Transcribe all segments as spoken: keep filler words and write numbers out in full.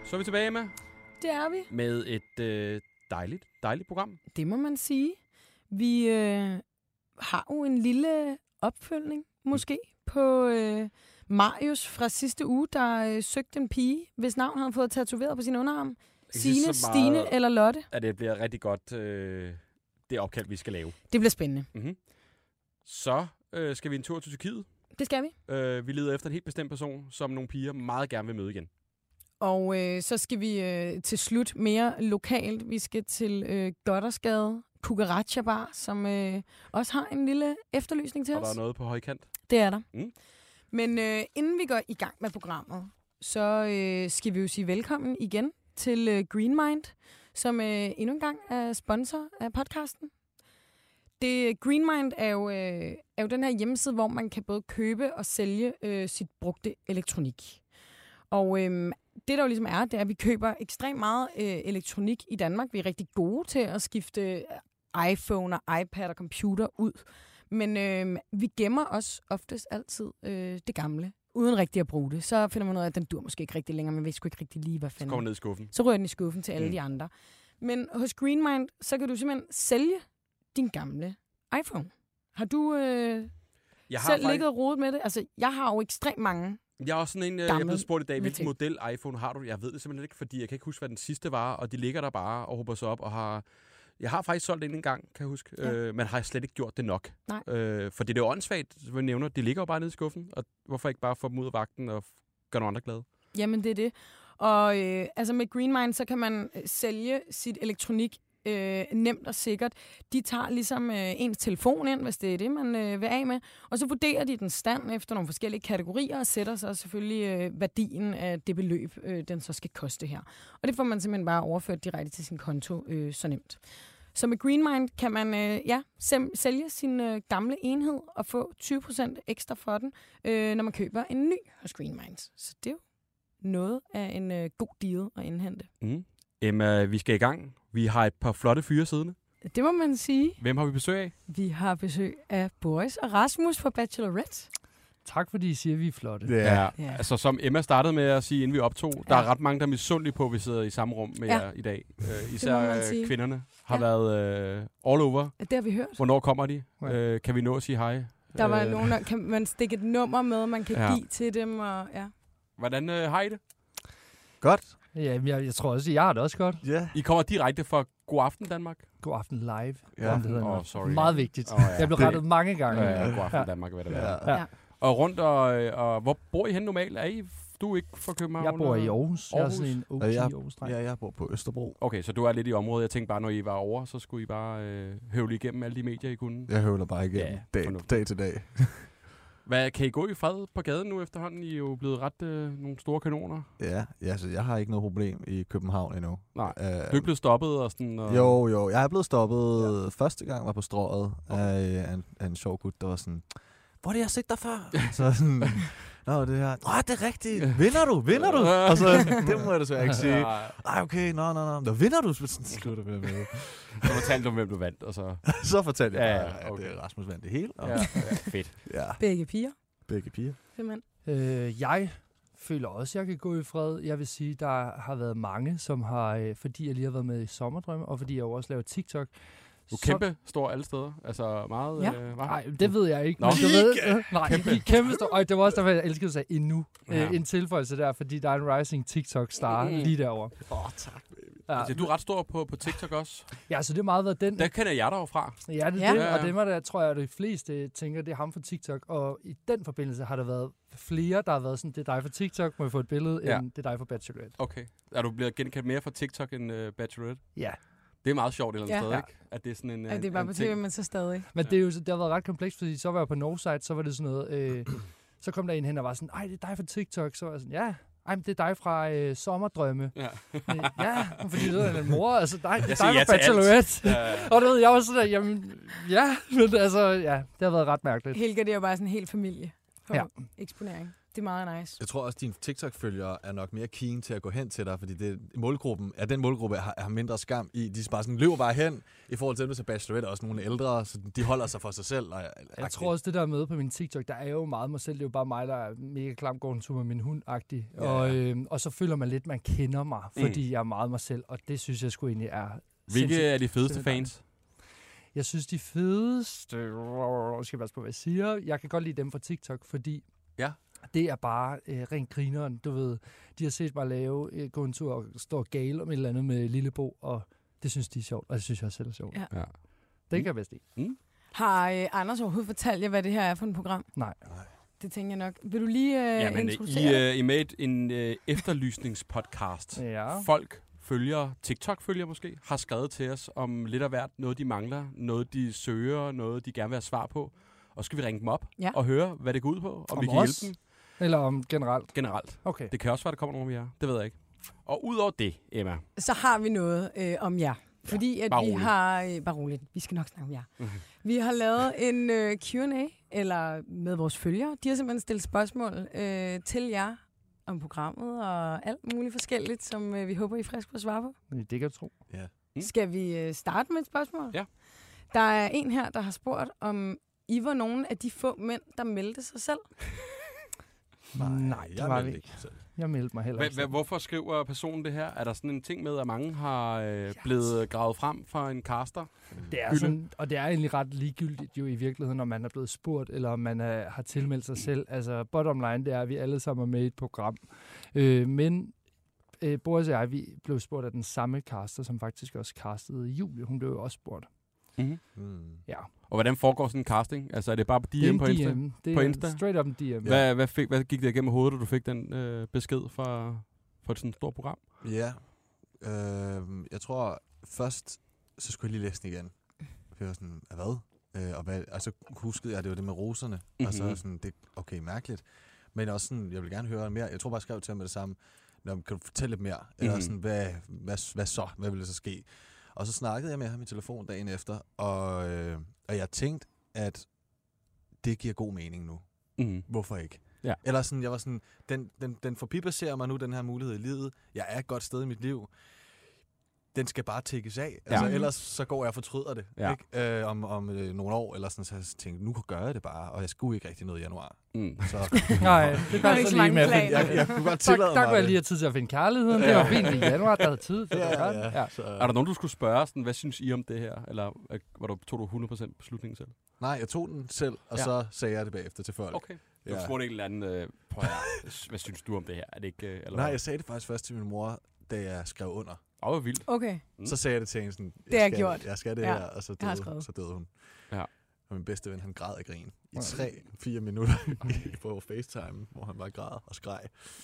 Så er vi tilbage med. Det er vi. Med et øh, dejligt, dejligt program. Det må man sige. Vi øh, har jo en lille opfølgning, måske, mm. på øh, Marius fra sidste uge, der øh, søgte en pige, hvis navn han havde fået tatoveret på sin underarm. Signe, Stine eller Lotte. At det bliver rigtig godt, øh, det opkald, vi skal lave. Det bliver spændende. Mm-hmm. Så øh, skal vi en tur til Tyrkiet. Det skal vi. Øh, vi leder efter en helt bestemt person, som nogle piger meget gerne vil møde igen. Og øh, så skal vi øh, til slut mere lokalt. Vi skal til øh, Gothersgade, Cucaracha Bar, som øh, også har en lille efterlysning til og os. Og der er noget på højkant. Det er der. Mm. Men øh, inden vi går i gang med programmet, så øh, skal vi jo sige velkommen igen til øh, Green Mind, som øh, endnu en gang er sponsor af podcasten. Det, Green Mind er jo, øh, er jo den her hjemmeside, hvor man kan både købe og sælge øh, sit brugte elektronik. Og øh, det, der jo ligesom er, det er, at vi køber ekstremt meget øh, elektronik i Danmark. Vi er rigtig gode til at skifte iPhone og iPad og computer ud. Men øh, vi gemmer også oftest altid øh, det gamle, uden rigtig at bruge det. Så finder man ud af, at den dur måske ikke rigtig længere, men vi sgu ikke rigtig lige, hvad fanden. Så går ned i skuffen. Så rører den i skuffen til alle mm. de andre. Men hos Green Mind, så kan du simpelthen sælge din gamle iPhone. Har du øh, jeg har selv faktisk... ligget og rodet med det? Altså, jeg har jo ekstremt mange. Jeg er også sådan en, jeg er blevet spurgt i dag, hvilken model iPhone har du? Jeg ved det simpelthen ikke, fordi jeg kan ikke huske, hvad den sidste var, og de ligger der bare og håber sig op og har... Jeg har faktisk solgt den en gang, kan jeg huske, ja. øh, men har slet ikke gjort det nok. Øh, for det er jo åndssvagt, som jeg nævner, de ligger jo bare nede i skuffen, og hvorfor ikke bare få dem ud af vagten og gøre nogle andre glade? Jamen, det er det. Og øh, altså med Green Mind, så kan man sælge sit elektronik øh, nemt og sikkert. De tager ligesom øh, ens telefon ind, hvis det er det, man øh, vil af med, og så vurderer de den stand efter nogle forskellige kategorier, og sætter så selvfølgelig øh, værdien af det beløb, øh, den så skal koste her. Og det får man simpelthen bare overført direkte til sin konto, øh, så nemt. Så med Green Mind kan man øh, ja, sælge sin øh, gamle enhed og få tyve procent ekstra for den, øh, når man køber en ny hos Green Mind. Så det er jo noget af en øh, god deal at indhente. Mm. Emma, vi skal i gang. Vi har et par flotte fyre siddende. Det må man sige. Hvem har vi besøg af? Vi har besøg af Boris og Rasmus fra Bachelorette. Tak fordi I siger, at vi er flotte. Ja. Ja. Ja. Altså, som Emma startede med at sige, inden vi optog, ja. Der er ret mange, der er misundelige på, at vi sidder i samme rum med ja. jer i dag. Uh, især kvinderne har ja. været uh, all over. Ja, det har vi hørt. Hvornår kommer de? Ja. Uh, kan vi nå at sige hej? Der var uh, nogen, der kan man stikke et nummer med, man kan ja. give til dem. Og, ja. Hvordan uh, har I det? Godt. Ja, jeg, jeg tror også, jeg har det også godt. Yeah. I kommer direkte fra God Aften Danmark? God Aften Live. Ja. Det hedder oh, sorry. Meget vigtigt. Oh, ja. Jeg blev rettet mange gange. Ja, ja, God Aften ja. Danmark, hvad det ja. være. Ja. Og rundt, og, og hvor bor I hen normalt? Er I, du er ikke fra København? Jeg bor i Aarhus. Jeg er sådan en O G ja, Aarhus-dreng. Ja, jeg bor på Østerbro. Okay, så du er lidt i området. Jeg tænkte bare, når I var over, så skulle I bare øh, høvle igennem alle de medier, I kunne. Jeg høvler bare igennem ja, dag, dag til dag. Hvad, kan I gå i fred på gaden nu efterhånden? I er jo blevet ret øh, nogle store kanoner. Ja, ja, så jeg har ikke noget problem i København endnu. Nej, uh, du er ikke blevet stoppet og sådan? Og... Jo, jo, jeg er blevet stoppet. Ja. Første gang var på Strøget okay. af, en, af en sjov gut, der var sådan, hvor er det, jeg har set dig før? Så sådan, nå, det her, nå, det er rigtigt. Vinder du? Vinder du? Og så, det må jeg desværre ikke sige. Ej, okay, nå, nå, nå. Nå, vinder du? Sådan, slutter med med. Så fortalte du, hvem du vandt, og så... så fortalte jeg bare, ja, okay. at det er Rasmus vandt det hele. Og... Ja, ja, fedt. Ja. Begge piger. Begge piger. Øh, jeg føler også, at jeg kan gå i fred. Jeg vil sige, der har været mange, som har, øh, fordi jeg lige har været med i Sommerdrømme, og fordi jeg også laver TikTok. Du er kæmpe stor alle steder. Altså meget... Ja. Øh, Nej, det ved jeg ikke. Nå. Men du ved, øh, nej, kæmpe. kæmpe stor. Og det var også derfor, jeg elskede at sige endnu. Ja. Øh, en tilføjelse der, fordi der er en rising TikTok-star mm. lige derovre. Åh, oh, tak, baby. Ja. Altså, du er ret stor på, på TikTok også. Ja, så det er meget været den. Der kender jeg dig fra. Ja, det er ja. det. Og det var der, tror jeg, at de fleste tænker, det er ham fra TikTok. Og i den forbindelse har der været flere, der har været sådan, det er dig fra TikTok, må jeg få et billede, ja. end det er dig fra Bachelorette. Okay. Er du blevet genkendt mere fra TikTok end uh, Bachelorette? Ja. Det er meget sjovt et eller andet ja. sted, Ja. ikke? At det er sådan en, ja, det er bare på T V, men så stadig. Men det, er jo, det har været ret komplekst, fordi så var jeg på Northside, så var det sådan noget... Øh, så kom der en hen og var sådan, ej, det er dig fra TikTok. Så var jeg sådan, ja, ej, men det er dig fra øh, Sommerdrømme. Ja. Men, ja, fordi det er en mor, altså dig, det er dig fra Bachelorette. Ja, ja. Og det ved jeg også sådan, at, jamen, ja, men altså, ja, det har været ret mærkeligt. Helga, det er jo bare sådan en hel familie for ja. eksponering. Det er meget nice. Jeg tror også, at dine TikTok-følgere er nok mere keen til at gå hen til dig, fordi det, målgruppen, er den målgruppe har, har mindre skam i. De bare sådan, løber bare hen, i forhold til dem, der er bachelorette, også nogle ældre, så de holder sig for sig selv. Og, jeg tror også, det der med på min TikTok, der er jo meget mig selv. Det er jo bare mig, der er mega klam, går en tur med min hund-agtig. Ja. Og, øh, og så føler man lidt, man kender mig, fordi mm. jeg er meget mig selv, og det synes jeg sgu egentlig er... Hvilke er de fedeste fans? Jeg synes, de fedeste... Jeg skal passe på, hvad jeg siger. Jeg kan godt lide dem fra TikTok, fordi... Ja. Det er bare øh, rent grineren, du ved. De har set mig lave, øh, gå en tur og stå og gale om et eller andet med Lillebo, og det synes de er sjovt, og det synes jeg også selv er sjovt. Ja. Ja. Det kan jeg bedst lide. Mm. Har øh, Anders overhovedet fortalt jer, hvad det her er for et program? Nej. Det tænker jeg nok. Vil du lige øh, ja, men introducere? I, uh, I med en uh, efterlysningspodcast. Ja. Folk følger, TikTok-følger måske, har skrevet til os om lidt af hvert, noget de mangler, noget de søger, noget de gerne vil have svar på. Og så skal vi ringe dem op ja. og høre, hvad det går ud på, om, om vi kan os? hjælpe dem. Eller om generelt? Generelt. Okay. Det kan også være, der kommer nogen af jer. Det ved jeg ikke. Og udover det, Emma. Så har vi noget øh, om jer. Fordi at bare vi roligt. har... Øh, bare roligt. Vi skal nok snakke om jer. Mm-hmm. Vi har lavet en øh, Q and A, eller med vores følgere. De har simpelthen stillet spørgsmål øh, til jer om programmet og alt muligt forskelligt, som øh, vi håber, I er friske på at svare på. Det kan jeg tro. Ja. Mm. Skal vi øh, starte med et spørgsmål? Ja. Der er en her, der har spurgt, om I var nogle af de få mænd, der meldte sig selv. Nej, Nej det var vi ikke. Jeg meldte mig heller ikke. Hvorfor skriver personen det her? Er der sådan en ting med, at mange har øh, blevet gravet frem fra en caster? Det er sådan, og det er egentlig ret ligegyldigt jo i virkeligheden, når man er blevet spurgt, eller om man er, har tilmeldt sig selv. Altså bottom line, det er, at vi alle sammen er med i et program. Øh, men øh, Boris og jeg, vi blev spurgt af den samme caster, som faktisk også castede Julie. Hun blev jo også spurgt. Mm-hmm. Mm. Ja. Og hvordan foregår sådan en casting? Altså er det bare på D M på Insta? D M. Det på er Insta? Straight up en D M. Hvad, hvad, fik, hvad gik der igennem hovedet, da du fik den øh, besked fra, fra sådan et stort program? Ja. Øh, jeg tror først, så skulle jeg lige læse den igen. Jeg var sådan, hvad? Øh, og, hvad, og så huskede jeg, at det var det med roserne. Mm-hmm. Og så sådan, det okay, mærkeligt. Men også sådan, jeg vil gerne høre mere. Jeg tror bare, jeg skrev til ham med det samme. Nå, kan du fortælle lidt mere? Mm-hmm. Eller sådan, hvad, hvad, hvad så? Hvad ville så ske? Og så snakkede jeg med ham i telefon dagen efter, og, øh, og jeg tænkte, at det giver god mening nu. Mm. Hvorfor ikke? Ja. Eller sådan, jeg var sådan, den, den, den forbipasserer mig nu, den her mulighed i livet. Jeg er et godt sted i mit liv. Den skal bare tækkes af. Ja. Altså, ellers så går jeg og fortryder det. Ja. Ikke? Øh, om om øh, nogle år, eller sådan, så jeg tænkte, nu gør jeg det bare, og jeg skulle ikke rigtig noget i januar. Mm. Så, Nej, det gør ikke så lige med. Jeg, jeg, jeg kunne godt tillade mig Der kunne jeg lige have tid til at finde kærligheden. Ja. Det var fint i januar, der havde tid. Det ja, ja, ja. Ja. Så, er der nogen, du skulle spørge, sådan, hvad synes I om det her? Eller var du, tog du hundrede procent beslutningen selv? Nej, jeg tog den selv, og ja. så sagde jeg det bagefter til folk. Okay. Du ja. spurgte ikke et eller andet, øh, på, hvad synes du om det her? Er det ikke, øh, eller Nej, jeg sagde det faktisk først til min mor, da jeg skrev under. Åh, oh, vildt. Okay. Mm. Så sagde jeg det til hende sådan, det er skal, gjort. Jeg skal det ja. her, og så døde, så døde hun. Ja. Og min bedste ven, han græd af grin i tre, fire minutter på FaceTime, hvor han bare græd og skreg.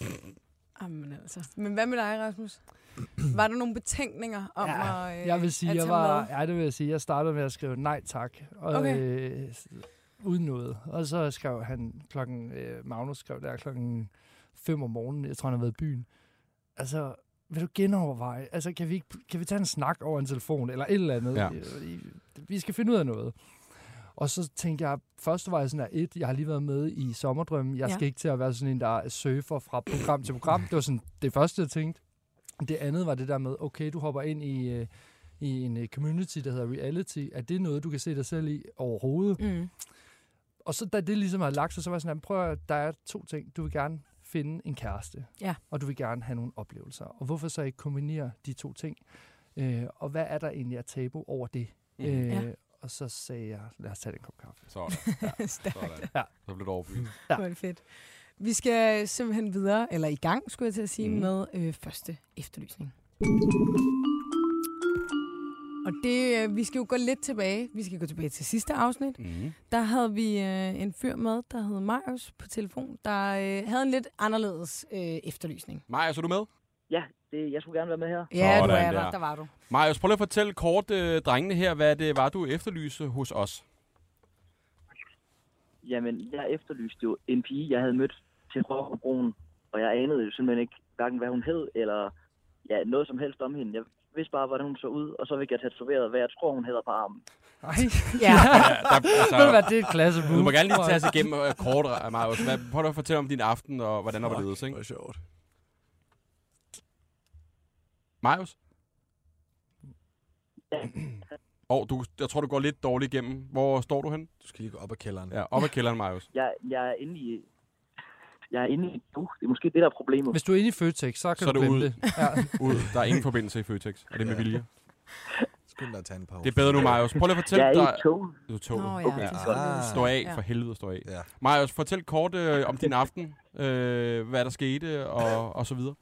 Jamen altså. Men hvad med dig, Rasmus? Var der nogle betænkninger om ja, at øh, jeg vil sige, jeg var, ja, det vil jeg sige. Jeg startede med at skrive nej tak. Og, okay. øh, uden noget. Og så skrev han klokken, øh, Magnus skrev der klokken fem om morgenen. Jeg tror, han har været i byen. Altså, vil du genoverveje? Altså, kan vi, ikke, kan vi tage en snak over en telefon, eller et eller andet? Ja. Vi skal finde ud af noget. Og så tænkte jeg, først var jeg sådan her, et, jeg har lige været med i Sommerdrømmen. Jeg skal ja. ikke til at være sådan en, der surfer fra program til program. Det var sådan det første, jeg tænkte. Det andet var det der med, okay, du hopper ind i, uh, i en community, der hedder reality. Er det noget, du kan se dig selv i overhovedet? Mm. Og så da det ligesom havde lagt sig, så var jeg sådan her, prøv at, der er to ting. Du vil gerne finde en kæreste, ja. og du vil gerne have nogle oplevelser. Og hvorfor så ikke kombinere de to ting? Øh, og hvad er der egentlig af tabu over det? Mm. Øh, ja. Og så sagde jeg, lad os tage en kop kaffe. Sådan. Ja. Sådan. Ja. Så blev det overbevist. Ja. Det var fedt. Vi skal simpelthen videre, eller i gang, skulle jeg til at sige, mm. med øh, første efterlysning. Og det, vi skal jo gå lidt tilbage. Vi skal gå tilbage til sidste afsnit. Mm. Der havde vi øh, en fyr med, der hed Marius på telefon, der øh, havde en lidt anderledes øh, efterlysning. Marius, er du med? Ja, det, jeg skulle gerne være med her. Ja, du er der. Der. Der var du. Marius, prøv lige at fortælle kort øh, drengene her, hvad det var, du efterlyste hos os. Jamen, jeg efterlyste jo en pige, jeg havde mødt til Rokkerbroen, og jeg anede jo simpelthen ikke, hverken hvad hun hed, eller ja, noget som helst om hende. Jeg vidste bare, hvordan hun så ud, og så fik jeg tatoveret, hvad jeg tror, hun hedder på armen. Nej. Ja. ja der, altså, Ved du hvad, det er et klasse move. Du må gerne lige tage os igennem uh, kort, Marius. Prøv at fortælle om din aften, og hvordan der var ledes, ikke? Det var sjovt. Marius? Og du, jeg tror, du går lidt dårligt igennem. Hvor står du hen? Du skal lige gå op ad kælderen. Ja, op ad kælderen, Marius. Jeg, jeg er inde i... Jeg er inde i... Uh, det er måske det, der er problemet. Hvis du er inde i Føtex, så kan så du er glemme ud. det. Ja. Ud. Der er ingen forbindelse i Føtex. Er det med Ja. vilje? Skynd dig at tage en pause. Det er bedre nu, Marius. Prøv lige at fortælle Jeg er dig... i et tog. Du er toget. Nå, ja, Okay. det er Ah. Stå af, Ja. for helvede, stå af. Ja. Marius, fortæl kort øh, om din aften. Øh, hvad der skete, og, og så videre.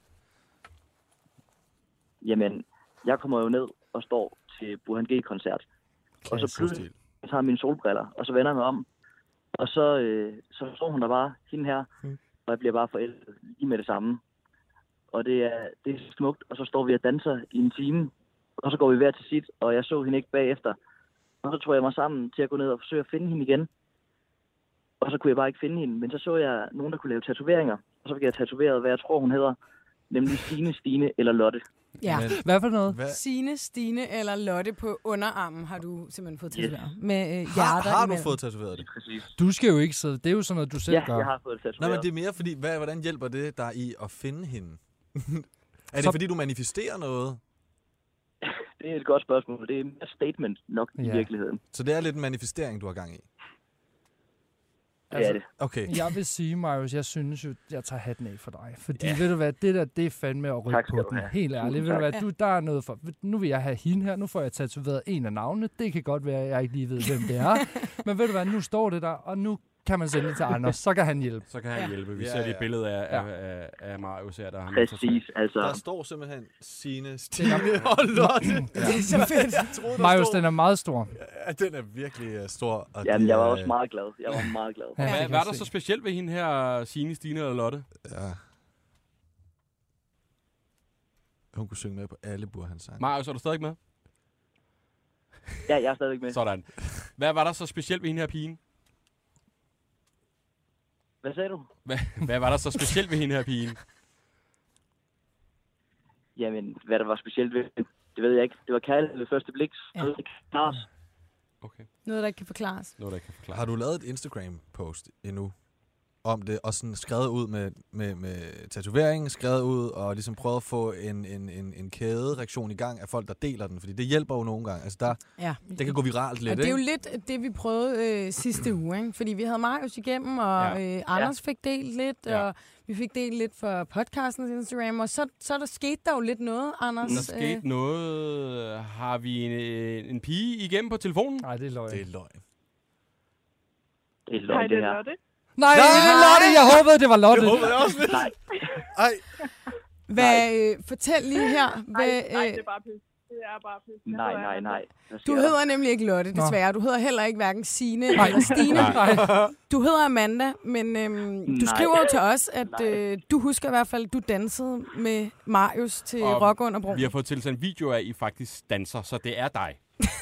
Jamen, jeg kommer jo ned og står til Burhan G-koncert. Og så pludselig jeg tager mine solbriller, og så vender jeg mig om. Og så, øh, så står hun der bare, hende her, Mm. og jeg bliver bare forelsket lige med det samme. Og det er, det er smukt, og så står vi og danser i en time, og så går vi hver til sit, og jeg så hende ikke bagefter. Og så tog jeg mig sammen til at gå ned og forsøge at finde hende igen. Og så kunne jeg bare ikke finde hende, men så så jeg nogen, der kunne lave tatoveringer. Og så fik jeg tatoveret, hvad jeg tror, hun hedder, nemlig Stine, Stine eller Lotte. Ja. Men, Hvad for noget? hvad, Signe, Stine eller Lotte på underarmen har du simpelthen fået Yes. tatoveret. Med øh, hjerter har, har du imellem. fået tatoveret det? Præcis. Du skal jo ikke sidde. Det er jo sådan noget, du selv Ja, gør. jeg har fået det tatoveret. Nej, men det er mere fordi, hvad, hvordan hjælper det dig i at finde hende? er det Så- fordi, du manifesterer noget? Det er et godt spørgsmål. Det er mere statement nok i Ja. virkeligheden. Så det er lidt en manifestering, du har gang i? Det er det. Okay. Jeg vil sige, Marius, jeg synes jo, jeg tager hatten af for dig. Fordi ved du hvad, det der, det er fandme at rykke Tak skal på du den. have. Helt ærligt. Ved du hvad, du, der er noget for... Nu vil jeg have hende her. Nu får jeg tatoveret en af navnene. Det kan godt være, at jeg ikke lige ved, hvem det er. Men ved du hvad, nu står det der, og nu kan man sende det til Anders. Så kan han hjælpe. Så kan han Ja. hjælpe. Vi Ja, ser lige ja. et billede af, Ja. af, af, af Marius her, der har Præcis, altså. Der står simpelthen Signe, Stine og Lotte. Det er så fedt. Jeg troede, der Marius, stod- den er meget stor. Ja, den er virkelig uh, stor. Og Jamen, det jeg var er- også meget glad. Jeg var meget glad. Ja, det Hvad, kan hvad er jeg der se. så specielt ved hende her, Signe, Stine eller Lotte? Ja. Hun kunne synge med på alle Burhans sange. Marius, er du stadig med? Ja, jeg er stadigvæk med. Sådan. Hvad var der så specielt ved hende her pigen? Hvad sagde du? Hvad, hvad var der så specielt ved hende her pigen? Jamen, hvad der var specielt ved det, det ved jeg ikke. Det var kærlighed ved første blik. Ja. Så det kan klares. Okay, Noget, der ikke kan forklares. noget der ikke kan forklare. Har du lavet et Instagram-post endnu om det, og sådan skrevet ud med, med, med tatoveringen, skrevet ud, og ligesom prøvet at få en, en, en, en kædereaktion i gang af folk, der deler den? Fordi det hjælper jo nogle gange. Altså, der, Ja. det kan gå viralt lidt, Og det er jo ikke? lidt det, vi prøvede øh, sidste uge, ikke? Fordi vi havde Marius igennem, og Ja. øh, Anders fik delt lidt, Ja. og vi fik delt lidt for podcastens Instagram, og så, så der skete der jo lidt noget, Anders. Der skete noget. Har vi en, en pige igennem på telefonen? Nej, det er løgn. Det er løgn. Det er løgn, det her. Nej, det er Lotte. Jeg håbede, det var Lotte. Det håber jeg også lidt. Nej. Ej, Hvad, øh, fortæl lige her. Hvad, Nej, nej, øh, det er bare pis. Det er bare pis. Jeg Nej, hedder nej, Amanda. nej. Hvad du sker der? hedder nemlig ikke Lotte, Nå. desværre. Du hedder heller ikke hverken Signe Nej. eller Stine. Nej. Du hedder Amanda, men øhm, du Nej. skriver jo til os, at Nej. øh, du husker i hvert fald, at du dansede med Marius til Og Rock under broen. Vi har fået tilsendt video af, at I faktisk danser, så det er dig.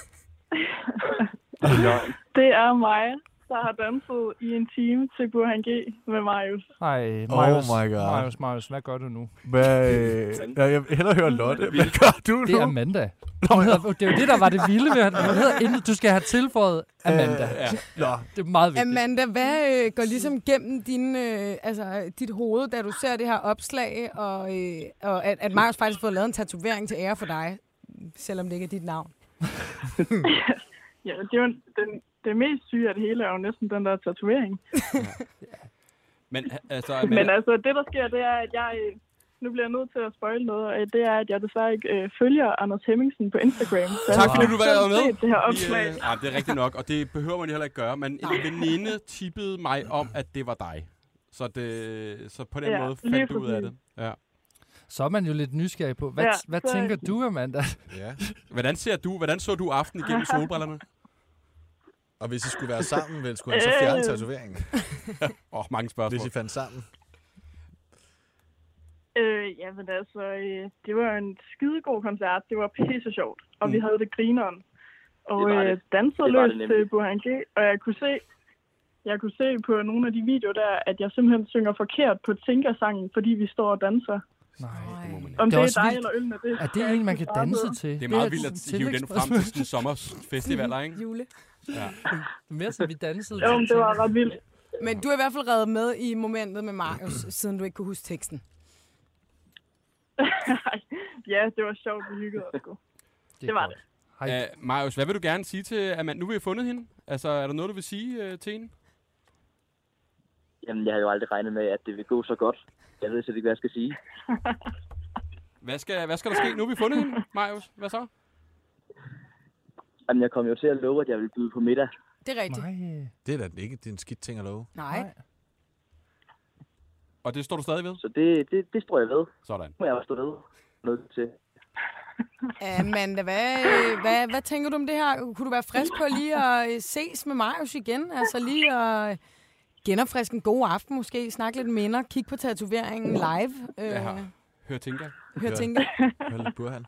Det er mig, der har danset i en time til Burhan G med Marius. Nej, Marius, Oh my God. Marius, Marius, hvad gør du nu? hvad, ja, jeg vil hellere høre Lotte. Hvad gør du nu? Det er Amanda. Hun hedder, det er jo det, der var det vilde ved hende. Hun hedder inden, du skal have tilføjet Amanda. Ja. Nå, Det er meget vigtigt. Amanda, hvad øh, går ligesom gennem din, øh, altså, dit hoved, da du ser det her opslag, og, øh, og at, at Marius faktisk har fået lavet en tatovering til ære for dig, selvom det ikke er dit navn? Ja, det er jo den, det mest syge af det hele er jo næsten den der tatovering. Men altså, Men, men, Men altså, det der sker, det er, at jeg... øh, Nu bliver jeg nødt til at spoile noget, og det er, at jeg desværre ikke øh, følger Anders Hemmingsen på Instagram. Så tak jeg fordi har du var selv med. set det her Vi, opslag. øh, ja, det er rigtigt nok, og det behøver man jo heller ikke gøre. Men en veninde tippede mig om, at det var dig. Så, det, så på den Ja, måde lige fandt du ud af det. præcis. Ja. Så er man jo lidt nysgerrig på, hvad, Ja, hvad så- tænker du, Amanda? ja. Hvordan ser du, hvordan så du aften igennem solbrillerne? Og hvis I skulle være sammen, vel, skulle han så fjerne tatoveringen? Åh, oh, mange spørgsmål. Hvis I fandt sammen? Øh, ja, men altså, øh, det var en skidegod koncert. Det var pisse sjovt, og mm. vi havde det grineren. Og Det var øh, det. dansede Det var løs det nemlig. til Burhan G, og jeg kunne se, jeg kunne se på nogle af de videoer der, at jeg simpelthen synger forkert på Tinka-sangen, fordi vi står og danser. Nej. Det må man Om det det er er dig vildt. eller ølene, det Er det en, man kan danse til? Det er meget vildt at hive den frem til sådan sommerfestivaler, ikke? Jule. Ja. Mere som vi dansede Jo, til. det var ret vildt. Men du er i hvert fald reddet med i momentet med Marius, siden du ikke kunne huske teksten. Ja, det var sjovt, vi hyggede os. Det, det var godt. det. Hej. Uh, Marius, hvad vil du gerne sige til Amanda? Nu har vi fundet hende. Altså, er der noget, du vil sige uh, til hende? Jamen, jeg havde jo aldrig regnet med, at det ville gå så godt. Jeg ved slet ikke, hvad jeg skal sige. Hvad skal, hvad skal der ske? Nu har vi fundet hende, Marius. Hvad så? Jamen, jeg kom jo til at love, at jeg ville byde på middag. Det er rigtigt. Nej. Det er da ikke det er en skidt ting at love. Nej. Og det står du stadig ved? Så det, det, det står jeg ved. Sådan. Nu må jeg også stå ved. Noget til. Amanda, hvad, hvad, hvad tænker du om det her? Kunne du være frisk på lige at ses med Marius igen? Altså lige at genopfriske en god aften måske, snakke lidt minder, kigge på tatoveringen live. Øh, Ja, hør tænker. hør tænker. Hør lidt Burhan.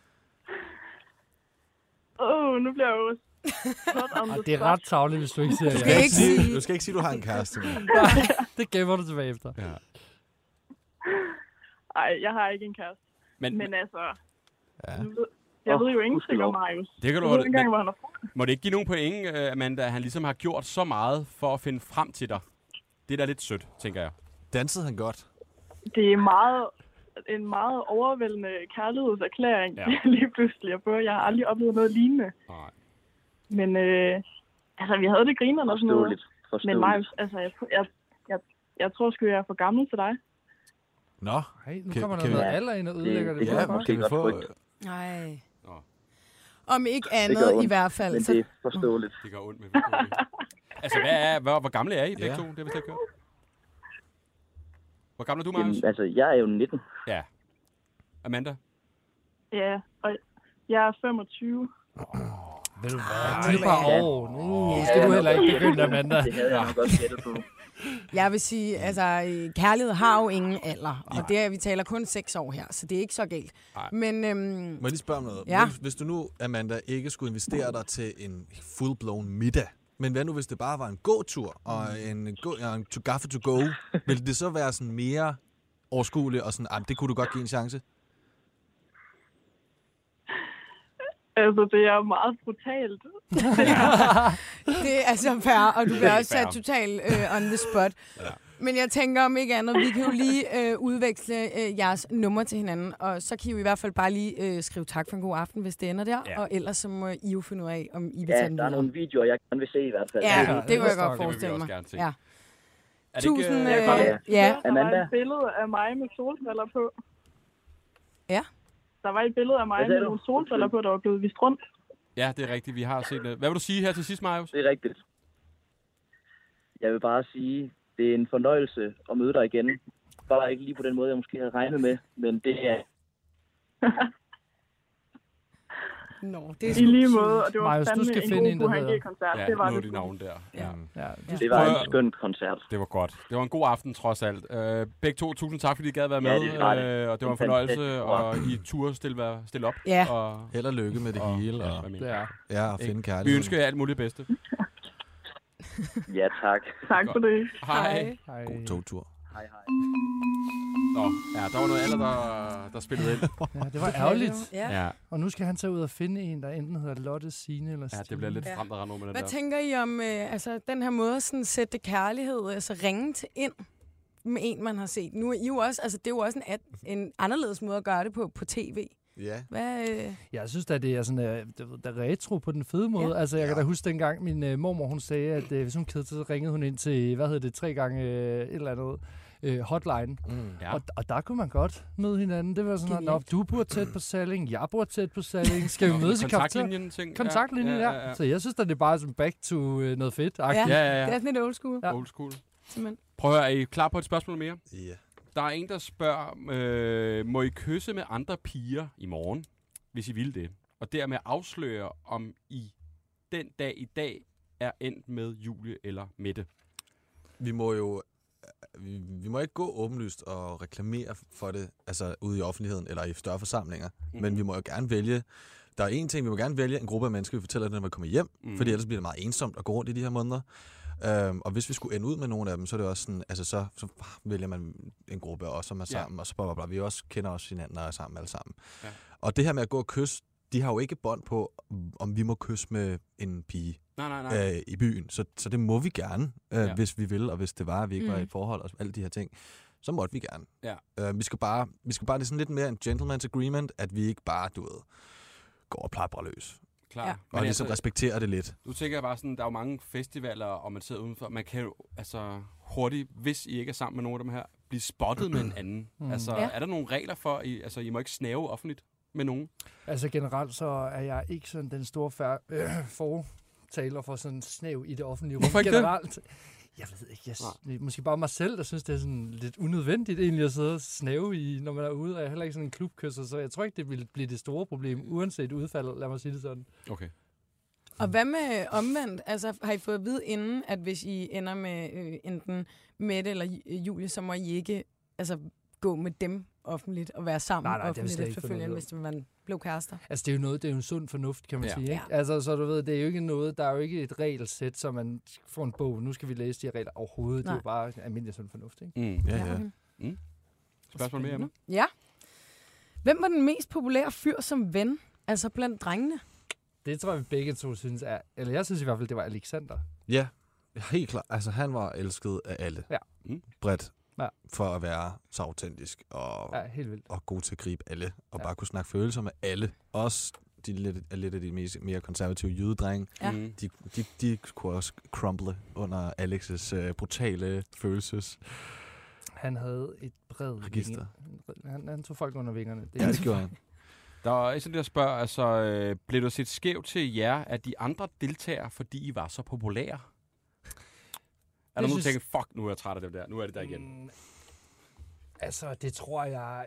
Åh, oh, nu bliver jeg jo Ah, det er ret tavligt, hvis du ikke siger Du ja. skal ikke sige... Du skal ikke sige, du har en kæreste. Det gemmer du tilbage efter. Ja. Ej, jeg har ikke en kæreste. Men, Men altså, Ja. nu ved- jeg ved jo ingenting om Marius. det kan du Jeg ved holde. ikke engang, Men hvor han er fra. må det ikke give nogen point, uh, Amanda, at han ligesom har gjort så meget for at finde frem til dig? Det er da lidt sødt, tænker jeg. Dansede han godt? Det er meget, en meget overvældende kærlighedserklæring, Ja. ja. lige pludselig at få. Jeg har aldrig oplevet noget lignende. Nej. Men øh, altså, vi havde det grinerne og sådan noget. Forståeligt. Men Forståeligt. Marius, altså, jeg, jeg, jeg, jeg tror sgu, jeg er for gammel til dig. Nå. Hey, nu Kan- kommer der kan vi- noget alder ind og ødelægger det. det for kan mig. måske Kan vi godt få... frygte. Nej. Nå. Om ikke Det gør andet ondt, i hvert fald. Men Så, det er forståeligt. Det gør ondt med vilkårligt. Altså, hvad er, hvor, hvor gamle er I begge Ja. to? Det har vi slet ikke hørt. Hvor gammel er du, Marius? Jamen, altså, jeg er jo nitten. Ja. Amanda? Ja, og jeg er femogtyve. Ved du hvad? Det er bare år. Nu skal du heller ikke begynde, Amanda. Det havde jeg nok godt gættet på. jeg vil sige, altså, kærlighed har jo ingen alder. Og det er, vi taler kun seks år her, så det er ikke så galt. Nej. Men øhm, Må jeg lige spørge om noget? Ja. Hvis, hvis du nu, Amanda, ikke skulle investere dig til en full-blown middag, men hvad nu, hvis det bare var en gåtur og en, go, ja, en to gaffe to go? Ville det så være sådan mere overskueligt og sådan, ah, det kunne du godt give en chance? Altså, det er meget brutalt. det er så fair, og du bliver er også sat fair. totalt øh, on the spot. Ja. Men jeg tænker om ikke andet, vi kan jo lige øh, udveksle øh, jeres nummer til hinanden, og så kan I jo i hvert fald bare lige øh, skrive tak for en god aften, hvis det ender der, Ja. og ellers så må I jo finde ud af, om I vil Ja, tage den der er videre. nogle videoer, jeg gerne vil se i hvert fald. Ja, Ja, det, det det kunne jeg forstår godt jeg. forestille Det vil vi mig. også gerne se. Ja. Er det Tusind, ikke, øh, øh, Jeg ja. Der var Amanda? et billede af mig med solbriller på. Ja. Der var et billede af mig Hvad med sagde nogle du? solbriller på, der var blevet vist rundt. Ja, det er rigtigt. Vi har set det. Hvad vil du sige her til sidst, Marius? Det er rigtigt. Jeg vil bare sige, det er en fornøjelse at møde dig igen. Bare ikke lige på den måde, jeg måske havde regnet med, men det er... Nå, det er I sgu lige cute. måde, og det var Marius, du fandme skal en finde god en, der Burhan hedder- G-koncert. Ja, det var nu er det. de navn der. Ja. Ja, du Det var Prøv en at- skøn koncert. Det var godt. Det var en god aften, trods alt. Øh, begge to, tusind tak, fordi I gad være Ja, med. det var det. øh, og det var en En fornøjelse, fantastisk og I turde stille, stille op. Ja. Og, Held og lykke med det og, hele, ja, og, hvad mener det jeg? er. ja, og finde Vi kærligheden. ønsker jer alt muligt bedste. Ja, tak. Tak for det. Hej. Hej. God togtur. Hej, hej. Nå, ja, der var noget andet, der, der spillede ind. Ja, det var ærgerligt. Ja. Ja, Og nu skal han tage ud og finde en, der enten hedder Lotte, Signe eller ja Stine. det bliver lidt Ja. frem, der med den Hvad der. tænker I om øh, altså, den her måde at sådan, sætte kærlighed, altså ringe til ind med en, man har set? Nu er I jo også, altså, det er jo også en, ad- en anderledes måde at gøre det på på tv. Ja. Hvad, øh, Jeg synes da, det er sådan, uh, det, der retro på den fede måde. Ja. Altså, jeg kan da huske dengang, min uh, mormor, hun sagde, at uh, hvis hun kedede sig, så ringede hun ind til, hvad hedder det, tre gange uh, et eller andet uh, hotline. Mm. Ja. Og, og der kunne man godt møde hinanden. Det var sådan, at Genialt. du bor tæt på Salling, jeg bor tæt på Salling. Skal vi mødes i kafeteriet? Kontaktlinjen ting. Kontaktlinjen, ja, ja, ja. Så jeg synes da, det er bare sådan back to uh, noget fedt. ja, Ja, ja, det er ja. sådan lidt old school. Ja. Old school. Simpelthen. Prøv at høre, er I klar på et spørgsmål mere? Ja. Der er en, der spørger, øh, må I kysse med andre piger i morgen, hvis I vil det? Og dermed afsløre, om I den dag i dag er endt med Julie eller Mette. Vi må jo vi, vi må ikke gå åbenlyst og reklamere for det, altså ude i offentligheden eller i større forsamlinger. Mm. Men vi må jo gerne vælge. Der er en ting, vi må gerne vælge en gruppe af mennesker, vi fortæller det, når vi kommer hjem, Mhm. fordi ellers bliver det meget ensomt at gå rundt i de her måneder. Øhm, og hvis vi skulle ende ud med nogle af dem, så er det også sådan, altså så, så vælger man en gruppe af os, som er sammen, ja. og så bla, bla, bla. Vi også kender også hinanden og er sammen alle sammen. Ja. Og det her med at gå og kysse, de har jo ikke bånd på, om vi må kysse med en pige nej, nej, nej. Øh, i byen. Så, så det må vi gerne, øh, ja. hvis vi vil, og hvis det var, at vi ikke mm. var i et forhold og alle de her ting. Så måtte vi gerne. Ja. Øh, vi skal bare, vi skal bare, det er sådan lidt mere en gentleman's agreement, at vi ikke bare, du ved, går og plapper løs. Klar. Ja. Og ligesom altså, respekterer det lidt. Nu tænker jeg bare sådan, der er jo mange festivaler, og man sidder udenfor. Man kan jo altså hurtigt, hvis I ikke er sammen med nogen af dem her, blive spottet med en anden. Mm. Altså, ja. Er der nogle regler for, I, altså I må ikke snæve offentligt med nogen? Altså generelt så er jeg ikke sådan den store fær- øh, fortaler for sådan snæv i det offentlige rum. Hvorfor ikke generelt, det? Jeg ved ikke, jeg, det er måske bare mig selv, der synes, det er sådan lidt unødvendigt egentlig at sidde og snæve i, når man er ude. Og jeg er heller ikke sådan en klubkysser, så jeg tror ikke, det vil blive det store problem, uanset udfaldet, lad mig sige det sådan. Okay. Og hvad med omvendt? Altså, har I fået at vide inden, at hvis I ender med øh, enten Mette eller Julie, så må I ikke altså, gå med dem offentligt og være sammen nej, nej, offentligt efterfølgende, hvis man blev kærester? Altså, det er jo noget, det er jo en sund fornuft, kan man ja. sige. Ikke? Ja. Altså, så du ved, det er jo ikke noget, der er jo ikke et regelsæt, så man får en bog, nu skal vi læse de her regler overhovedet. Nej. Det er jo bare almindelig sund fornuft, ikke? Mm. Ja, ja. Mm. Spørgsmål mere, Emma? Ja. Hvem var den mest populære fyr som ven, altså blandt drengene? Det tror jeg, vi begge to synes er, eller jeg synes i hvert fald, det var Alexander. Ja, helt klart. Altså, han var elsket af alle. Ja. Mm. Bredt. Ja. For at være så autentisk og, ja, helt vildt. og god til at gribe alle. Og ja. bare kunne snakke følelser med alle. Også de lidt, lidt af de mest, mere konservative jydedrenge. Ja. De, de, de kunne også crumble under Alex's uh, brutale følelses. Han havde et bredt register. Han, han tog folk under vingerne. Det, ja, det gjorde han. Der er sådan der spørger, altså, øh, blev du set skævt til jer af de andre deltagere, fordi I var så populære? Er der nogen, der tænker, fuck, nu er jeg træt af det der, nu er det der igen? Mm, altså, det tror jeg...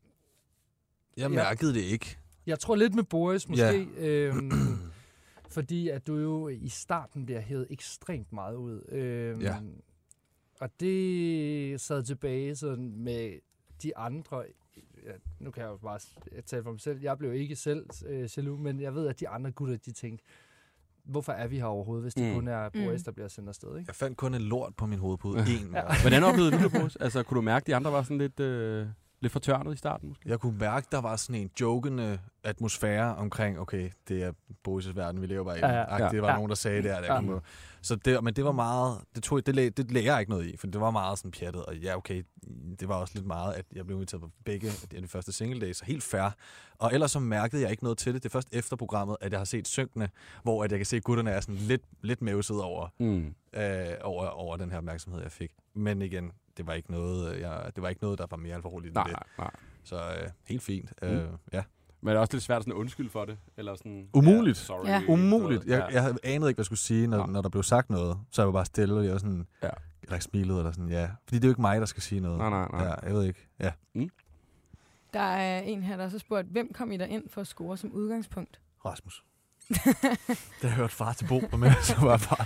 Jeg mærkede det ikke. Jeg tror lidt med Boris, måske. Ja. Øhm, fordi at du jo i starten bliver hævet ekstremt meget ud. Øhm, ja. Og det sad tilbage sådan med de andre... Ja, nu kan jeg jo bare tale for mig selv. Jeg blev ikke selv øh, jaloux, men jeg ved, at de andre gutter, de tænkte, hvorfor er vi her overhovedet, hvis det mm. kun er Boris, mm. der bliver sendt afsted, ikke? Jeg fandt kun en lort på min hovedpude. En ja. Hvordan oplevede du det, Boris? Altså, kunne du mærke, at de andre var sådan lidt, øh, lidt fortørnet i starten, måske? Jeg kunne mærke, der var sådan en jokende atmosfære omkring, okay, det er Boris' verden, vi lever bare i. Ja, ja, ja. Det var ja. nogen, der sagde det her. Der ja. Så det, men det var meget, det, tog, det, det, det lagde jeg ikke noget i, for det var meget sådan pjattet, og ja, okay, det var også lidt meget, at jeg blev inviteret på begge af de første single days, så helt fair. Og ellers så mærkede jeg ikke noget til det. Det er først efter programmet, at jeg har set Synkende, hvor at jeg kan se, at gutterne er sådan lidt, lidt mævset over, mm. øh, over, over den her opmærksomhed, jeg fik. Men igen, det var ikke noget, jeg, det var ikke noget der var mere alvorligt end nej, det. Nej, nej. Så øh, helt fint. Mm. Øh, ja. Men det er også lidt svært sådan at undskylde for det. Eller sådan, Umuligt. Ja, sorry, ja. Umuligt. Jeg, jeg anede ikke, hvad jeg skulle sige, når, ja. når der blev sagt noget. Så jeg var bare stille, og jeg var sådan, ja. jeg smilede, eller sådan, ja. Fordi det er jo ikke mig, der skal sige noget. Nej, nej, nej. Ja, jeg ved ikke. Ja. Mm. Der er en her, der så spurgt, hvem kom I der ind for at score som udgangspunkt? Rasmus. Det har jeg hørt far til Bo med, så var far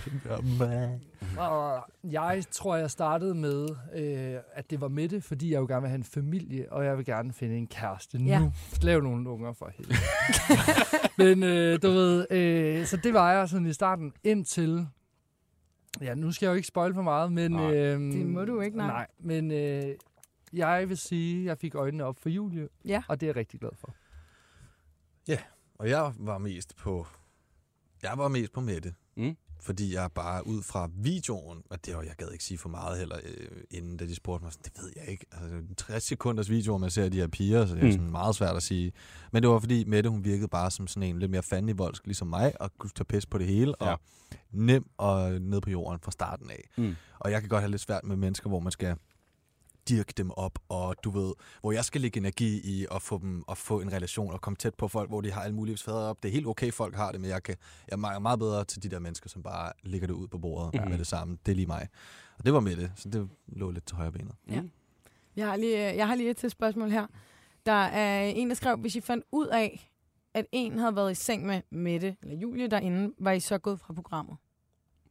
der. Jeg tror, jeg startede med, øh, at det var Mette, fordi jeg jo gerne vil have en familie, og jeg vil gerne finde en kæreste nu. Ja. Lav nogle unger for helvede. Men øh, du ved, øh, så det var jeg sådan i starten indtil... Ja, nu skal jeg jo ikke spoil for meget, men... Nej, øh, det må du ikke, nej. Nej, men øh, jeg vil sige, at jeg fik øjnene op for Julie, ja. og det er jeg rigtig glad for. Ja, og jeg var mest på... Jeg var mest på Mette. Mm. Fordi jeg bare ud fra videoen, og det var, jeg gad ikke sige for meget heller, øh, inden da de spurgte mig, sådan, det ved jeg ikke. Altså, tres sekunders video, man ser de her piger, så det er mm. sådan meget svært at sige. Men det var fordi Mette, hun virkede bare som sådan en lidt mere fandenivoldsk, ligesom mig, og kunne tage pis på det hele, ja. og nem og ned på jorden fra starten af. Mm. Og jeg kan godt have lidt svært med mennesker, hvor man skal dirke dem op, og du ved, hvor jeg skal lægge energi i at få dem at få en relation og komme tæt på folk, hvor de har alle mulige fader op. Det er helt okay, folk har det, men jeg, kan, jeg er meget bedre til de der mennesker, som bare lægger det ud på bordet mm-hmm. med det samme. Det er lige mig. Og det var med det, så det lå lidt til højre benet. Ja. Jeg har lige, jeg har lige et til spørgsmål her. Der er en, der skrev, hvis I fandt ud af, at en havde været i seng med Mette eller Julie derinde, var I så gået fra programmet?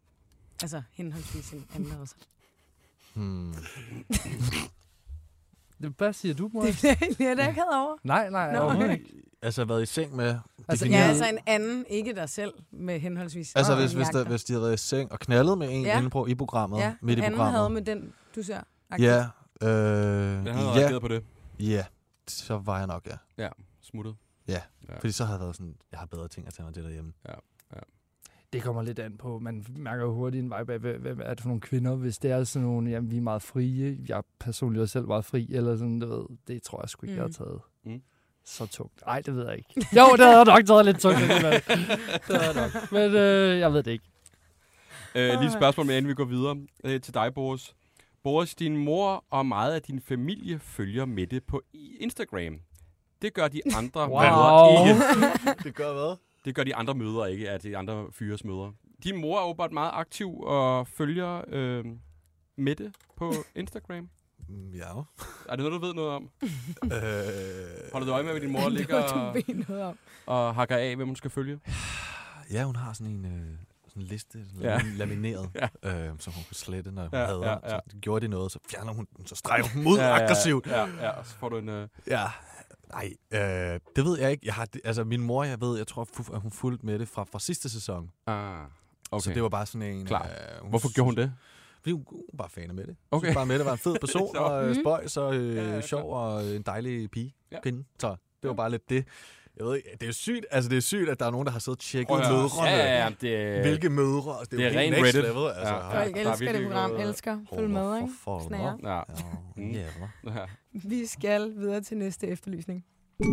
Altså henholdsvis en anden også. Hmm. Hvad siger du, mor? Det er jeg da ikke over. Nej, nej, Nå, overhovedet okay. ikke. Altså været i seng med... Altså, Ja, altså en anden, ikke dig selv, med henholdsvis. Altså og hvis, hvis, der, hvis de havde været i seng og knaldet med en Ja. inde på, i programmet, Ja, midt i anden programmet. havde med den, du ser. Ja, øh, Jeg havde ja, reageret på det. ja, så var jeg nok, ja. Ja, smuttet. Ja, Ja. fordi så havde jeg været sådan, jeg har bedre ting at tage mig til derhjemme. Det kommer lidt an på. Man mærker jo hurtigt en vibe af, hvad, hvad er det for nogle kvinder, hvis det er sådan nogle, jamen vi er meget frie. Jeg er personligt også selv meget fri, eller sådan, du ved. Det tror jeg sgu ikke, mm. jeg har taget Mm. så tungt. Nej, det ved jeg ikke. Jo, det havde jeg nok taget lidt tungt. Det havde jeg nok. Men øh, jeg ved det ikke. Øh, lige et spørgsmål med, inden vi går videre øh, til dig, Boris. Boris, din mor og meget af din familie følger Mette på Instagram. Det gør de andre Wow. mødre ikke. Det gør hvad? Det gør de andre mødre ikke, at de andre fyres mødre. Din mor er åbenbart meget aktiv og følger øh, Mette på Instagram. Ja. Er det noget, du ved noget om? øh, Holder du øje med, hvad din mor Det ligger var, du og, ved noget om. og hakker af, hvem hun skal følge? ja, hun har sådan en, øh, sådan en liste, sådan Ja. ja. lamineret, Ja. øh, som hun kan slette, når hun Ja, hader. ja, ja. Så gjorde de noget, så fjerner hun den, så streger hun mod aggressivt. Ja, ja, ja, og så får du en... Øh... Ja, nej, øh, det ved jeg ikke. Jeg har, altså, min mor, jeg ved, jeg tror, fu- at hun fulgte med det fra, fra sidste sæson. Ah, okay. Så det var bare sådan en... Klar. Øh, hun Hvorfor gjorde hun det? Fordi hun, hun var fan af Mette. Okay. Okay. Bare Mette var en fed person, Så. og øh, Mhm. spøjs og øh, Ja, ja, sjov og en dejlig pige. Ja. Kvinde. Så det var bare lidt det. Jeg ved ikke, det er jo sygt, altså det er sygt, at der er nogen, der har siddet og tjekket Prøv at høre. mødrene. Ja, ja, ja, det, Hvilke mødre? Altså, det er, det er jo helt ren next Reddit. level. Altså, Ja. ja. Folk der er elsker det virkelig program, noget- elsker. Følg med, ikke? Snager. Ja. Mm. Ja, Ja. Vi skal videre til næste efterlysning.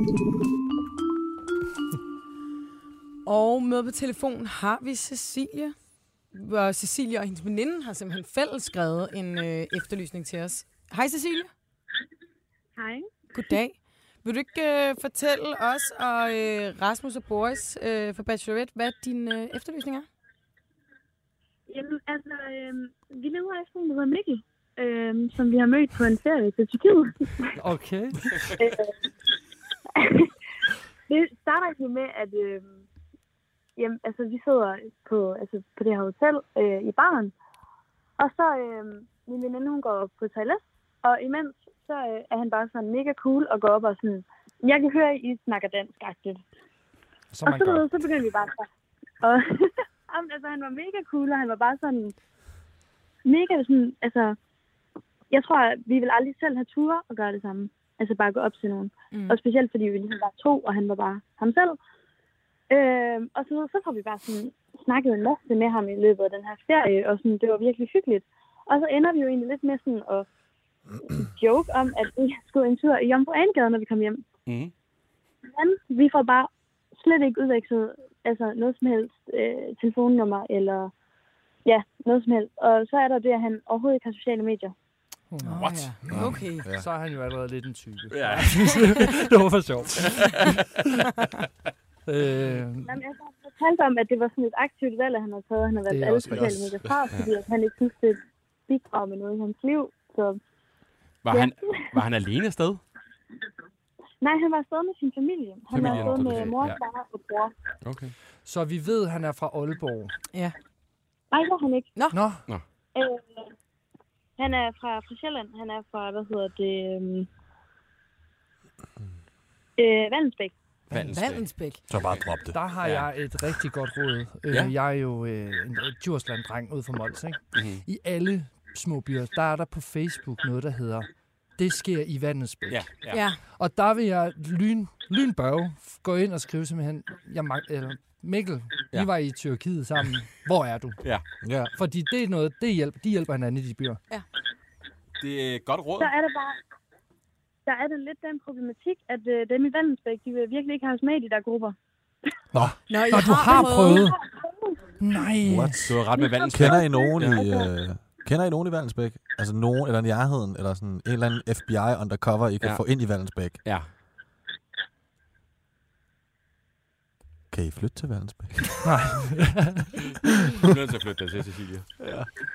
Og med på telefon har vi Cecilie. Og Cecilie og hendes veninde har simpelthen fælles skrevet en øh, efterlysning til os. Hej Cecilie. Hej. Goddag. Vil du ikke øh, fortælle os og øh, Rasmus og Boris øh, fra Bachelorette, hvad din øh, efterlysning er? Jamen, altså, øh, vi lever efter en, der hedder Mikkel, øh, som vi har mødt på en ferie til Tyrkiet. Okay. Det starter egentlig med, at øh, jamen, altså, vi sidder på, altså, på det her hotel øh, i baren, og så øh, min veninde, hun går på toilet, og imens så øh, er han bare sådan mega cool og går op og sådan, jeg kan høre, I snakker dansk-agtigt. Så Og man så, gør. ved, så begyndte vi bare at og, jamen, altså, han var mega cool, og han var bare sådan mega sådan, altså, jeg tror, at vi vil aldrig selv have ture og gøre det samme. Altså bare gå op til nogen. Mm. Og specielt fordi vi ligesom var to, og han var bare ham selv. Øh, og så, så får vi bare sådan snakket en masse med ham i løbet af den her ferie, og sådan, det var virkelig hyggeligt. Og så ender vi jo egentlig lidt med sådan at joke om, at vi skulle en tur i Jomfru Anegade, når vi kom hjem. Mm. Men vi får bare slet ikke udvekslet altså noget som helst øh, telefonnummer, eller ja, noget som helst. Og så er der det, at han overhovedet ikke har sociale medier. Oh, What? Ja. Okay. Ja. Så er han jo allerede lidt en type. Ja. Det var for sjovt. øh, Jamen, altså, han fortalte om, at det var sådan et aktivt valg, at han har taget. Han har Det været er alle også sociale rigtigt. medier fra, fordi at han ikke synes, det bidrager med noget i hans liv. Så Var, Ja. han, var han alene afsted? nej, han var afsted med sin familie. Han Familien, var afsted med okay, mor, ja. far og bror. Okay. så vi ved, at han er fra Aalborg. Ja. Nej, det var han ikke. Nå, Øh, han er fra, fra Sjælland. Han er fra, hvad hedder det, øhm, øh, Vallensbæk. Vallensbæk. Vallensbæk. Så bare drop det. der har Ja. jeg et rigtig godt råd. Øh, Ja. Jeg er jo øh, en Djursland-dreng ud fra Mols, ikke? Mm-hmm. I alle små byer, der er der på Facebook noget, der hedder Det sker i Vallensbæk. Ja, ja. Ja. Og der vil jeg lyn, lynbørge gå ind og skrive simpelthen, jeg mag- eller, Mikkel, ja. Ja. I var i Tyrkiet sammen. Hvor er du? Ja. Fordi det er noget, det hjælper, de hjælper hinanden i de byer. Det er et godt råd. Så er det bare, der er det lidt den problematik, at øh, dem i Vallensbæk, de vil virkelig ikke have os med i de der grupper. Nå, I Nå, du har prøvet. Nej. What? Du har ret med Vallensbæk. Kender I nogen Ja. i... Øh, kender I nogen i Vallensbæk? Altså nogen, eller i nærheden, eller sådan en eller anden F B I undercover, I kan Ja. få ind i Vallensbæk? Ja. Kan I flytte til Vallensbæk? Nej. Du er nødt til at flytte dig til, Cecilie.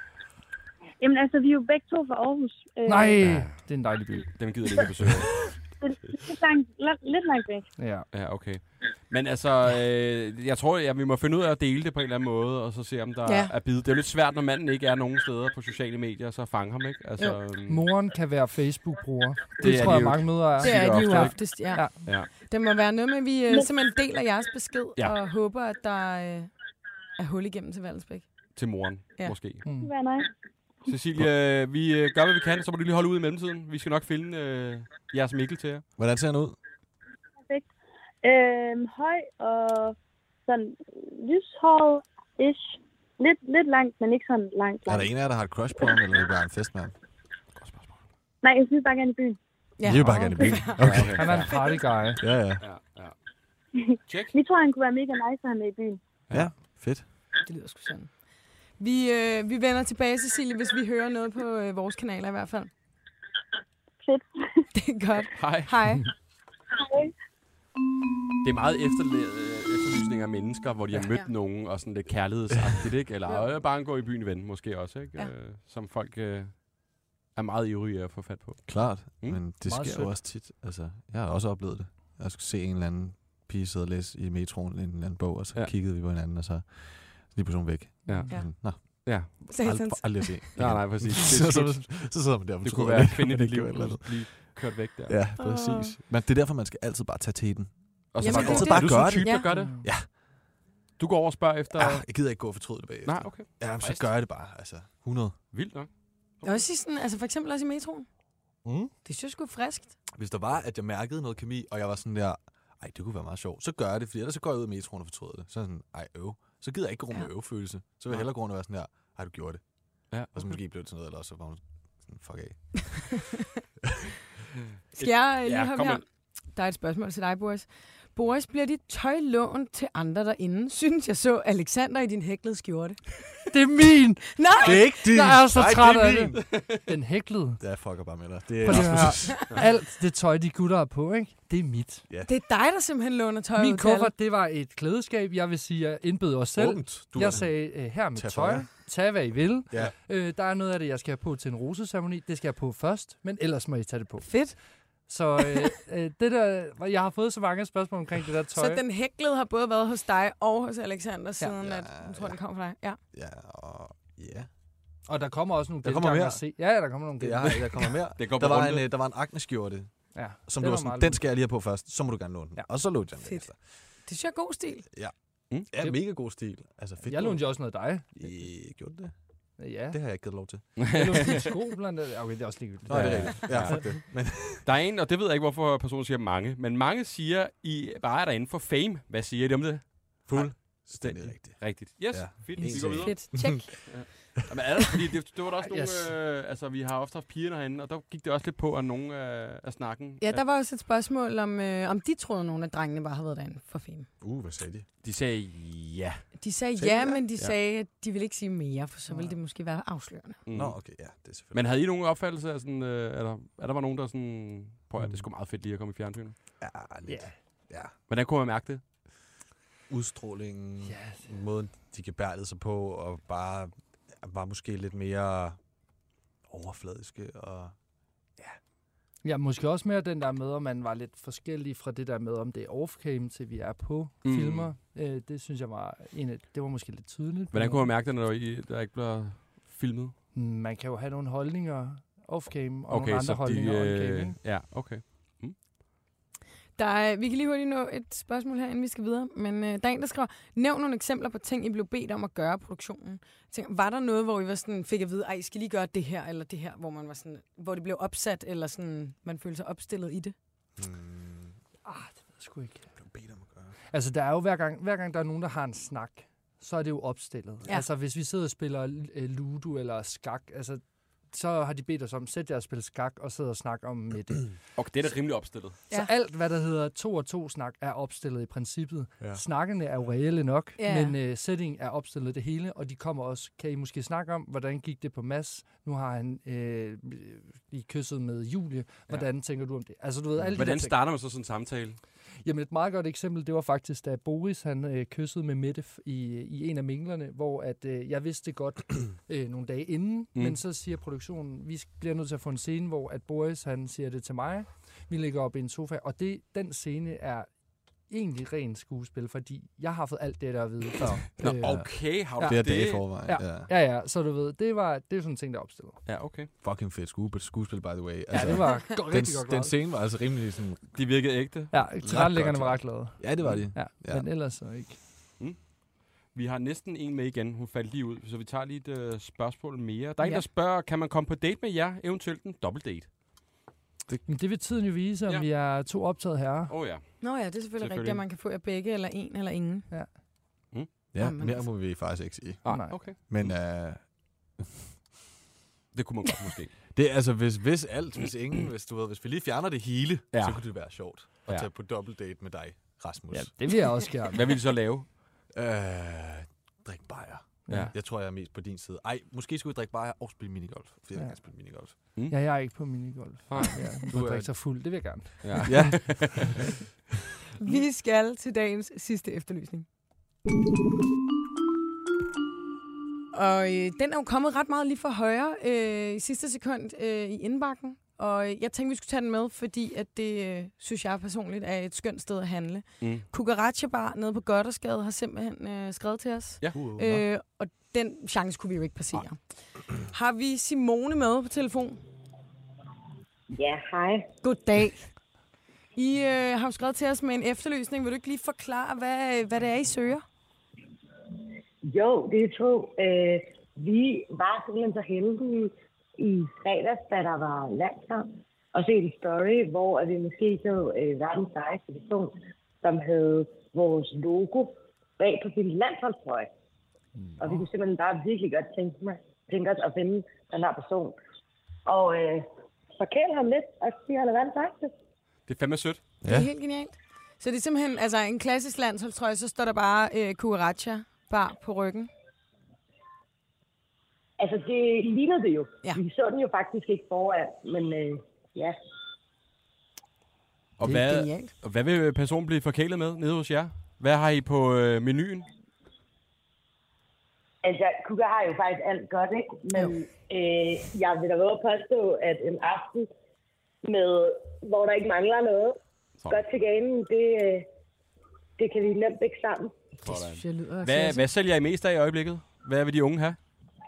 Jamen altså, vi er jo begge to fra Aarhus. Øh, Nej, Ja. det er en dejlig by. Den gider jeg ikke at besøge. det, det er langt, lidt langt væk. Ja. Ja, okay. Men altså, øh, jeg tror, at vi må finde ud af at dele det på en eller anden måde, og så se, om der ja. er bid. Det er jo lidt svært, når manden ikke er nogen steder på sociale medier, så fange ham, ikke? Altså, øhm, Moren kan være Facebook-bruger. Det, Det det er tror de jeg, jo- mange møder er. Det er de jo ofte, ikke? oftest, ja. Ja. ja. Det må være noget med, at vi øh, simpelthen deler jeres besked, Ja. og håber, at der øh, er hul igennem til Vallensbæk. Til moren, Ja. måske. Mm. Det var nice. Cecilie, vi øh, gør, hvad vi kan, så må du lige holde ud i mellemtiden. Vi skal nok finde øh, jeres Mikkel til jer. Hvordan ser han ud? Perfekt. Øhm, høj og sådan lyshåret-ish. Lidt, lidt langt, men ikke sådan langt, Er der langt. en af jer, der har et crush på ham, eller er det bare en festmand? Nej, jeg synes bare gerne i byen. Ja. I vil bare gerne i byen. Okay. Han er en party guy. Ja, ja. Ja, ja. Check. Vi tror, han kunne være mega nice at have med i byen. Ja, fedt. Det lyder sgu sådan. Vi, øh, vi vender tilbage, Cecilie, hvis vi hører noget på øh, vores kanaler i hvert fald. Fedt. Det er godt. Hej. Hej. Det er meget efterle- efterlysning af mennesker, hvor de har mødt Ja. nogen, og sådan lidt kærlighedsagtigt, ikke? Eller Jo. øh, bare gå i byen ven, måske også, ikke? Ja. Øh, som folk øh, er meget ivrige at få fat på. Klart, Mm. mm. men det Meget sker sødt. jo også tit. Altså, jeg har også oplevet det. Jeg skulle se en eller anden pige sidde og læse i metroen en eller anden bog, og så Ja. ja. kiggede vi på hinanden, og så lige pludselig væk. Ja. Ja. Sådan, Nå, Ja. Satans. ald- aldrig at se. Nej, nej, præcis. så, Det, så, er så, skidt. så sidder man der og Det fortryder kunne være lidt, kvinde i at dit det liv, gjorde et eller andet. blive kørt væk der. Ja, præcis. Men det er derfor, man skal altid bare tage til den. Og så Jamen, bare det er gå. det. Er du sådan Bare en type, gør der det. gør det? Mm. Ja. Du går over og spørger efter... Ah, jeg gider ikke gå og fortryde det bagefter. Nej, okay. Ja, men så Frist. gør jeg det bare. Altså, hundrede. Vildt nok. Også i sådan, altså for eksempel også i metroen. Mm. Det synes jeg sgu friskt. Hvis der var, at jeg mærkede noget kemi, og jeg var sådan der, ej, det kunne være meget sjovt, så gør jeg det, fordi ellers så går jeg ud i metroen og fortryder det. Så er jeg sådan, ej, øv. Så gider jeg ikke gå rundt med Ja. øvfølelse. Så vil jeg hellere gå rundt og være sådan der, ej, du gjorde det. Ja, Og så okay. måske blev det til noget, eller også så var hun sådan, fuck af. Skal jeg øh, lige Ja, hoppe kom her? med. Der er et spørgsmål til dig, Boris. Boris, bliver dit tøj lånt til andre derinde? Synes jeg så Alexander i din hæklede skjorte. Det er min! Nej! Det er ikke din! Jeg er så Nej, træt det er af min. det. Den hæklede. Det er fucker bare med dig. Det Prøv lige er at høre. Alt det tøj, de gutter har på, ikke? Det er mit. Det er dig, der simpelthen låner tøj ud Min til alle. kuffert, det var et klædeskab. Jeg vil sige, jeg indbød os selv. åbent. Du Jeg er- sagde, øh, her med Tag tøj. for jer. Tag, hvad I vil. Ja. Øh, der er noget af det, jeg skal have på til en roseceremoni. Det skal jeg på først, men ellers må I tage det på. Fedt. Så øh, øh, det der, jeg har fået så mange spørgsmål omkring det der tøj. Så den hæklede har både været hos dig og hos Alexander, siden Ja. at, jeg tror, den kom fra dig. Ja. Ja, og ja. Og der kommer også nogle Der kommer genganger mere. at se. Ja, ja, der kommer nogle Det, genganger. jeg, jeg kommer mere. Det går Der på var, en, runde. øh, der var en akneskjorte, Ja, som den du var var sådan, meget den lun. skal jeg lige have på først, så må du gerne låne den. Ja. Og så lånte jeg den Fedt. efter. Det synes jeg er god stil. Mm? Ja, Det- mega god stil. Altså fedt. Jeg lånte jo også noget af dig. I gjorde det? Ja, Det har jeg ikke givet lov til. jeg lånte dine sko blandt andet. Okay, det er også ligegyldigt. Nå, det er Ja. rigtigt. Ja, fuck det. Men Der er en, og det ved jeg ikke, hvorfor personen siger mange, men mange siger, I bare er derinde for fame. Hvad siger de om det? fuldstændig rigtigt. Rigtigt. Yes, Ja. fedt. En Vi går sag. videre. Fedt. Check. Jamen, er det, fordi det, det var der også Yes. nogle, øh, altså vi har ofte haft pigerne herinde, og der gik det også lidt på, at nogle af, af snakken, Ja, der var også et spørgsmål om, øh, om de troede, nogle af drengene bare havde været derinde for fame. Uh, hvad sagde de? de sagde ja. De sagde Sagde ja, de det? men de Ja. sagde, at de ville ikke sige mere, for så ville det måske være afslørende. Mm. Nå, okay, ja, det er selvfølgelig. Men havde I nogen opfattelse af sådan, øh, er, der, er der var nogen, der sådan, prøv at det er sgu meget fedt lige at komme i fjernsynet. Ja, lidt. Ja. Ja. Hvordan kunne man mærke det? Udstrålingen, Ja. måden de gebærdede sig på, og bare var måske lidt mere overfladiske. Og Ja, måske også mere den der med, om man var lidt forskellig fra det der med, om det er off-cam, til vi er på Mm. mm. filmer. Øh, det synes jeg var, en af, det var måske lidt tydeligt. Hvordan kunne man mærke det, når I, der ikke bliver filmet? Mm, Man kan jo have nogle holdninger off-cam, og Okay, nogle andre så de, holdninger on-cam. øh, Ikke? ja, okay. Der er, vi kan lige hurtigt nå et spørgsmål her, inden vi skal videre. Men øh, der er en, der skriver, nævn nogle eksempler på ting, I blev bedt om at gøre i produktionen. Jeg tænker, var der noget, hvor I var sådan, fik at vide, ej, I skal lige gøre det her, eller det her, hvor man var sådan, hvor det blev opsat, eller sådan, man følte sig opstillet i det? hmm, Ah, det ved jeg sgu ikke. blev bedt om at gøre. Altså, der er jo hver gang, hver gang der er nogen, der har en snak, så er det jo opstillet. Ja. Altså, hvis vi sidder og spiller øh, Ludo eller skak, altså, så har de bedt os om, sæt jer og spille skak og sidde og snakke om Mette. Okay, det er da rimelig opstillet. Så Ja. alt, hvad der hedder to og to snak, er opstillet i princippet. Ja. Ja. Snakkene er jo reelle nok, Ja. men øh, setting er opstillet det hele, og de kommer også, kan I måske snakke om, hvordan gik det på Mads? Nu har han øh, lige kysset med Julie. Hvordan ja. tænker du om det? Altså, du ved, alle de Hvordan der ting. starter man så sådan en samtale? Jamen, et meget godt eksempel, det var faktisk, da Boris han øh, kyssede med Mette f- i, i en af minglerne, hvor at, øh, jeg vidste det godt øh, nogle dage inden, Mm. mm. men så siger produktionen, vi bliver nødt til at få en scene, hvor at Boris han siger det til mig. Vi ligger oppe i en sofa, og det, den scene er egentlig ren skuespil, fordi jeg har fået alt det der at vide før. Nå, okay, har du ja. det? Det er det i forvejen. Ja. Ja. ja, ja, så du ved, det var det er sådan en ting, der opstillede. Ja, okay. Fucking fedt skuespil, skuespil by the way. Altså, ja, det var rigtig den, godt. Den scene var altså rimelig sådan... De virkede ægte. Ja, tilrettelæggerne var ret glade. Ja, det var de. Ja, ja. Men ellers så ikke. Mm. Vi har næsten en med igen. Hun faldt lige ud, så vi tager lige et uh, spørgsmål mere. Der er en, ja. der spørger, kan man komme på date med jer, eventuelt en dobbeltdate? Det, Men det vil tiden jo vise, om ja. vi er to optaget herrer. Åh oh, ja. Nå ja, det er selvfølgelig, selvfølgelig rigtigt, at man kan få jer begge, eller en, eller ingen. Ja, mm. ja Jamen, mere må vi faktisk ikke sige. Ah, nej, okay. Men... Uh... det kunne man godt måske. Det er altså, hvis, hvis alt, hvis ingen, hvis du ved, hvis vi lige fjerner det hele, ja. så kunne det være sjovt at ja. tage på dobbeltdate med dig, Rasmus. Ja, det vil jeg også gerne. Hvad vil du så lave? Øh, drik bajer. Ja. Jeg tror, jeg er mest på din side. Ej, måske skulle vi drikke bajer og spille minigolf. For jeg ja. kan spille minigolf. Mm. Ja, jeg er ikke på minigolf. Nej. Ja, du drikker så fuld. Det vil jeg gerne. Ja. ja. Vi skal til dagens sidste efterlysning. Og øh, den er jo kommet ret meget lige for højre øh, i sidste sekund øh, i indbakken. Og jeg tænkte, vi skulle tage den med, fordi at det, øh, synes jeg personligt, er et skønt sted at handle. Mm. Cucaracha Bar nede på Gothersgade har simpelthen øh, skrevet til os. Ja. Uh, øh, og den chance kunne vi jo ikke passere. Ej. Har vi Simone med på telefon? Ja, hej. Goddag. I øh, har jo skrevet til os med en efterlysning. Vil du ikke lige forklare, hvad, hvad det er, I søger? Jo, det er to. Øh, vi var simpelthen så heldige i fredags, da der var landskamp, og se en story, hvor vi måske så øh, verdens sejeste person, som havde vores logo bag på sin landsholdstrøje. Mm. Og vi kunne simpelthen bare virkelig godt tænke, mig, tænke os at finde den her person. Og øh, forkæle ham lidt, og sige, at han er verdens sejeste. Det er fandme sødt. Ja. Det er helt genialt. Så det er simpelthen altså en klassisk landsholdstrøje, så står der bare øh, Cucaracha Bar på ryggen. Altså, det ligner det jo. Ja. Vi så den jo faktisk ikke foran, men øh, ja. Og hvad, og hvad vil personen blive forkælet med nede hos jer? Hvad har I på øh, menuen? Altså, Kuka har jo faktisk alt godt, ikke? Men øh, jeg vil da våge at påstå, at en aften, med, hvor der ikke mangler noget, så. godt til ganen, det, øh, det kan vi nemt ikke sammen. Det synes jeg lyder hvad, hvad sælger I mest af i øjeblikket? Hvad vil de unge have?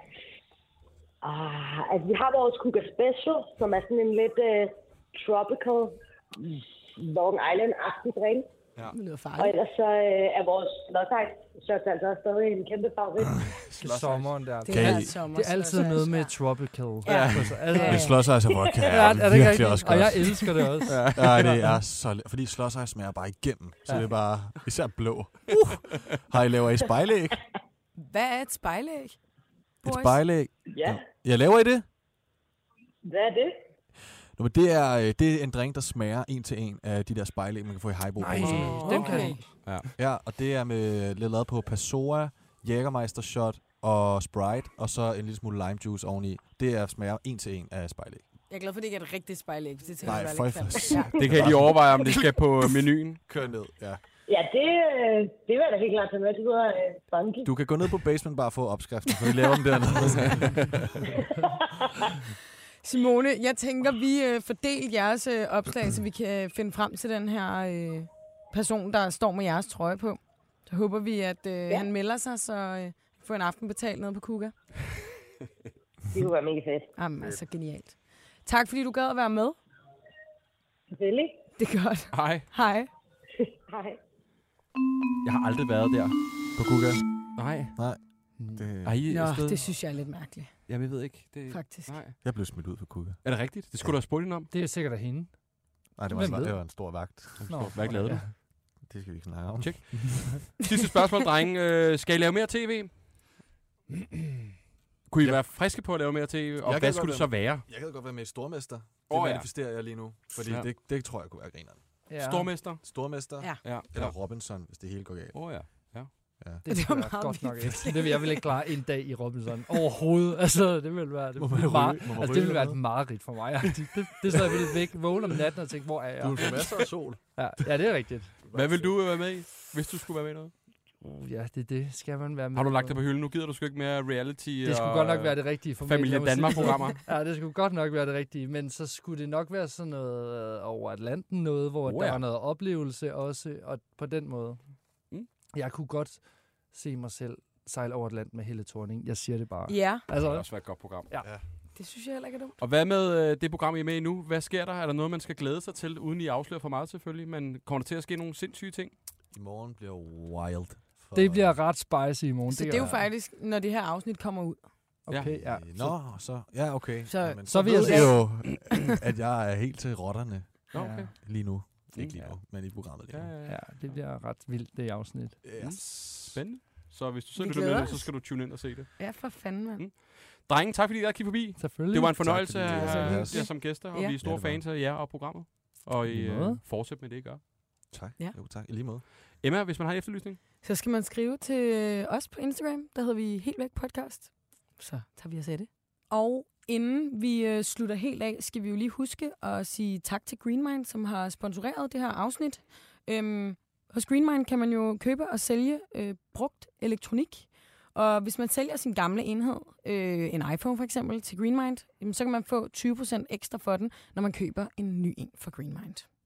Ah, altså, vi har vores Kuka Special, som er sådan en lidt uh, tropical Long Island-agtig drink. Ja. Det lyder farligt. Og ellers så uh, er vores Slottice shots altså stadig en kæmpe favorit. Det er sommeren der. Det er, sommer, det er altid noget med tropical. Ja. Ja. Altså, ja. Det Slottice er vodka. Ja, er det virkelig også godt. Og jeg elsker det også. Ja, ja det er så... Fordi Slottice smager bare igennem. Så ja. det er bare... Især blå. Uh. Har I laver I spejlæg? Hvad er et spejlæg? Et spejlæg? Ja. Jeg laver I det? Hvad er det? Nå, men det er, det er en drink, der smager en til en af de der spejlæg, man kan få i Haibo. Nej, dem kan jeg. Ja. ja, og det er med lidt lavet på Passoa, Jägermeister Shot og Sprite, og så en lille smule lime juice oveni. Det er smager en til en af spejlæg. Jeg er glad for, at det ikke er et rigtigt spejlæg. Det Nej, for ja. Det kan I lige overveje, om det skal på menuen. Kør ned, ja. Ja, det, det var da helt klart til med. Det lyder uh, funky. Du kan gå ned på Basement Bar og få opskriften, for vi laver dem dernede. Simone, jeg tænker, vi øh, fordeler jeres øh, opslag, så vi kan finde frem til den her øh, person, der står med jeres trøje på. Så håber vi, at øh, ja. han melder sig, så øh, får en aften betalt ned på Kuka. Det kunne være mega fedt. Jamen, altså genialt. Tak, fordi du gad at være med. Selvfølgelig. Det er godt. Hej. Hej. Hej. Jeg har aldrig været der. På Kuka? Nej. Nej. Det... Er I Nå, det synes jeg er lidt mærkeligt. Jamen, jeg ved ikke. Det... Faktisk. Nej. Jeg blev smidt ud på Kuka. Er det rigtigt? Det skulle ja. du have spurgt hende om. Det er sikkert af hende. Nej, det var, en, det var en stor vagt. Nå, hvad lavede du? Det skal vi ikke snakke om. Tjek. Sidste spørgsmål, drenge. Øh, skal I lave mere tv? Kunne I ja. være friske på at lave mere tv? Og jeg hvad skulle det så være? Jeg kan godt være med i Stormester. Det oh, manifesterer ja. jeg lige nu. Fordi ja. det, det tror jeg kunne være grineren. Ja. Stormester? Stormester. Ja. ja. Eller Robinson, hvis det hele går galt. Åh oh, ja. Ja. Ja. Det, det var meget godt nok ikke. Det vil jeg vil ikke klare en dag i Robinson. Overhovedet. Altså, det vil være, det, det, mar- altså, det vil være et mareridt for mig. Det, det, det så jeg vil væk, vågne om natten og tænke, hvor er jeg? Du vil få masser af sol. Ja, ja, det er rigtigt. Hvad vil du være med i, hvis du skulle være med i noget? Uh, ja, det er det. Skal man være med? Har du lagt det på hylden? Nu gider du sgu ikke mere reality Det skulle og godt nok være det rigtige for Familie Danmark-programmer. Ja, det skulle godt nok være det rigtige. Men så skulle det nok være sådan noget øh, over Atlanten noget, hvor Oh, der ja. var noget oplevelse også. Og på den måde. Mm. Jeg kunne godt se mig selv sejle over Atlanten med Helle Thorning. Jeg siger det bare. Ja, Det Altså, vil også være et godt program. Ja. det synes jeg heller ikke er dumt. Og hvad med øh, det program, I er med i nu? Hvad sker der? Er der noget, man skal glæde sig til, uden I afslører for meget selvfølgelig? Men kommer der til at ske nogle sindssyge ting? I morgen bliver wild. For det bliver ret spicy i morgen. Så det er jo faktisk, når det her afsnit kommer ud. Okay, ja. Øh, Nå, så... Ja, okay. Så- Jamen, så så vil ved jeg jeg jo, at jeg er helt til rotterne Nå, okay. lige nu. Ikke lige Ja. nu, men i programmet lige Ja, nu. ja, ja. Ja, det bliver ret vildt, det afsnit. Yes. Spændende. Så hvis du så Vi lytter glæder med, nu, så os. skal du tune ind og se det. Ja, for fanden, mand. Mm. Drenge, tak fordi I gad kigge forbi. Selvfølgelig. Det var en fornøjelse fordi I at ville have have os. jer som gæster, og Ja. vi er store Ja, det var. fans af jer og programmet. Og I I øh, måde. fortsæt med det, I gør. Tak. Ja. Jo, tak. I lige måde. Emma, hvis man har en efterlysning? Så skal man skrive til os på Instagram. Der hedder vi Helt Væk Podcast. Så tager vi os af det. Og inden vi øh, slutter helt af, skal vi jo lige huske at sige tak til Greenmind, som har sponsoreret det her afsnit. Øhm, hos Greenmind kan man jo købe og sælge øh, brugt elektronik. Og hvis man sælger sin gamle enhed, øh, en iPhone for eksempel, til Greenmind, jamen, så kan man få tyve procent ekstra for den, når man køber en ny en fra Greenmind.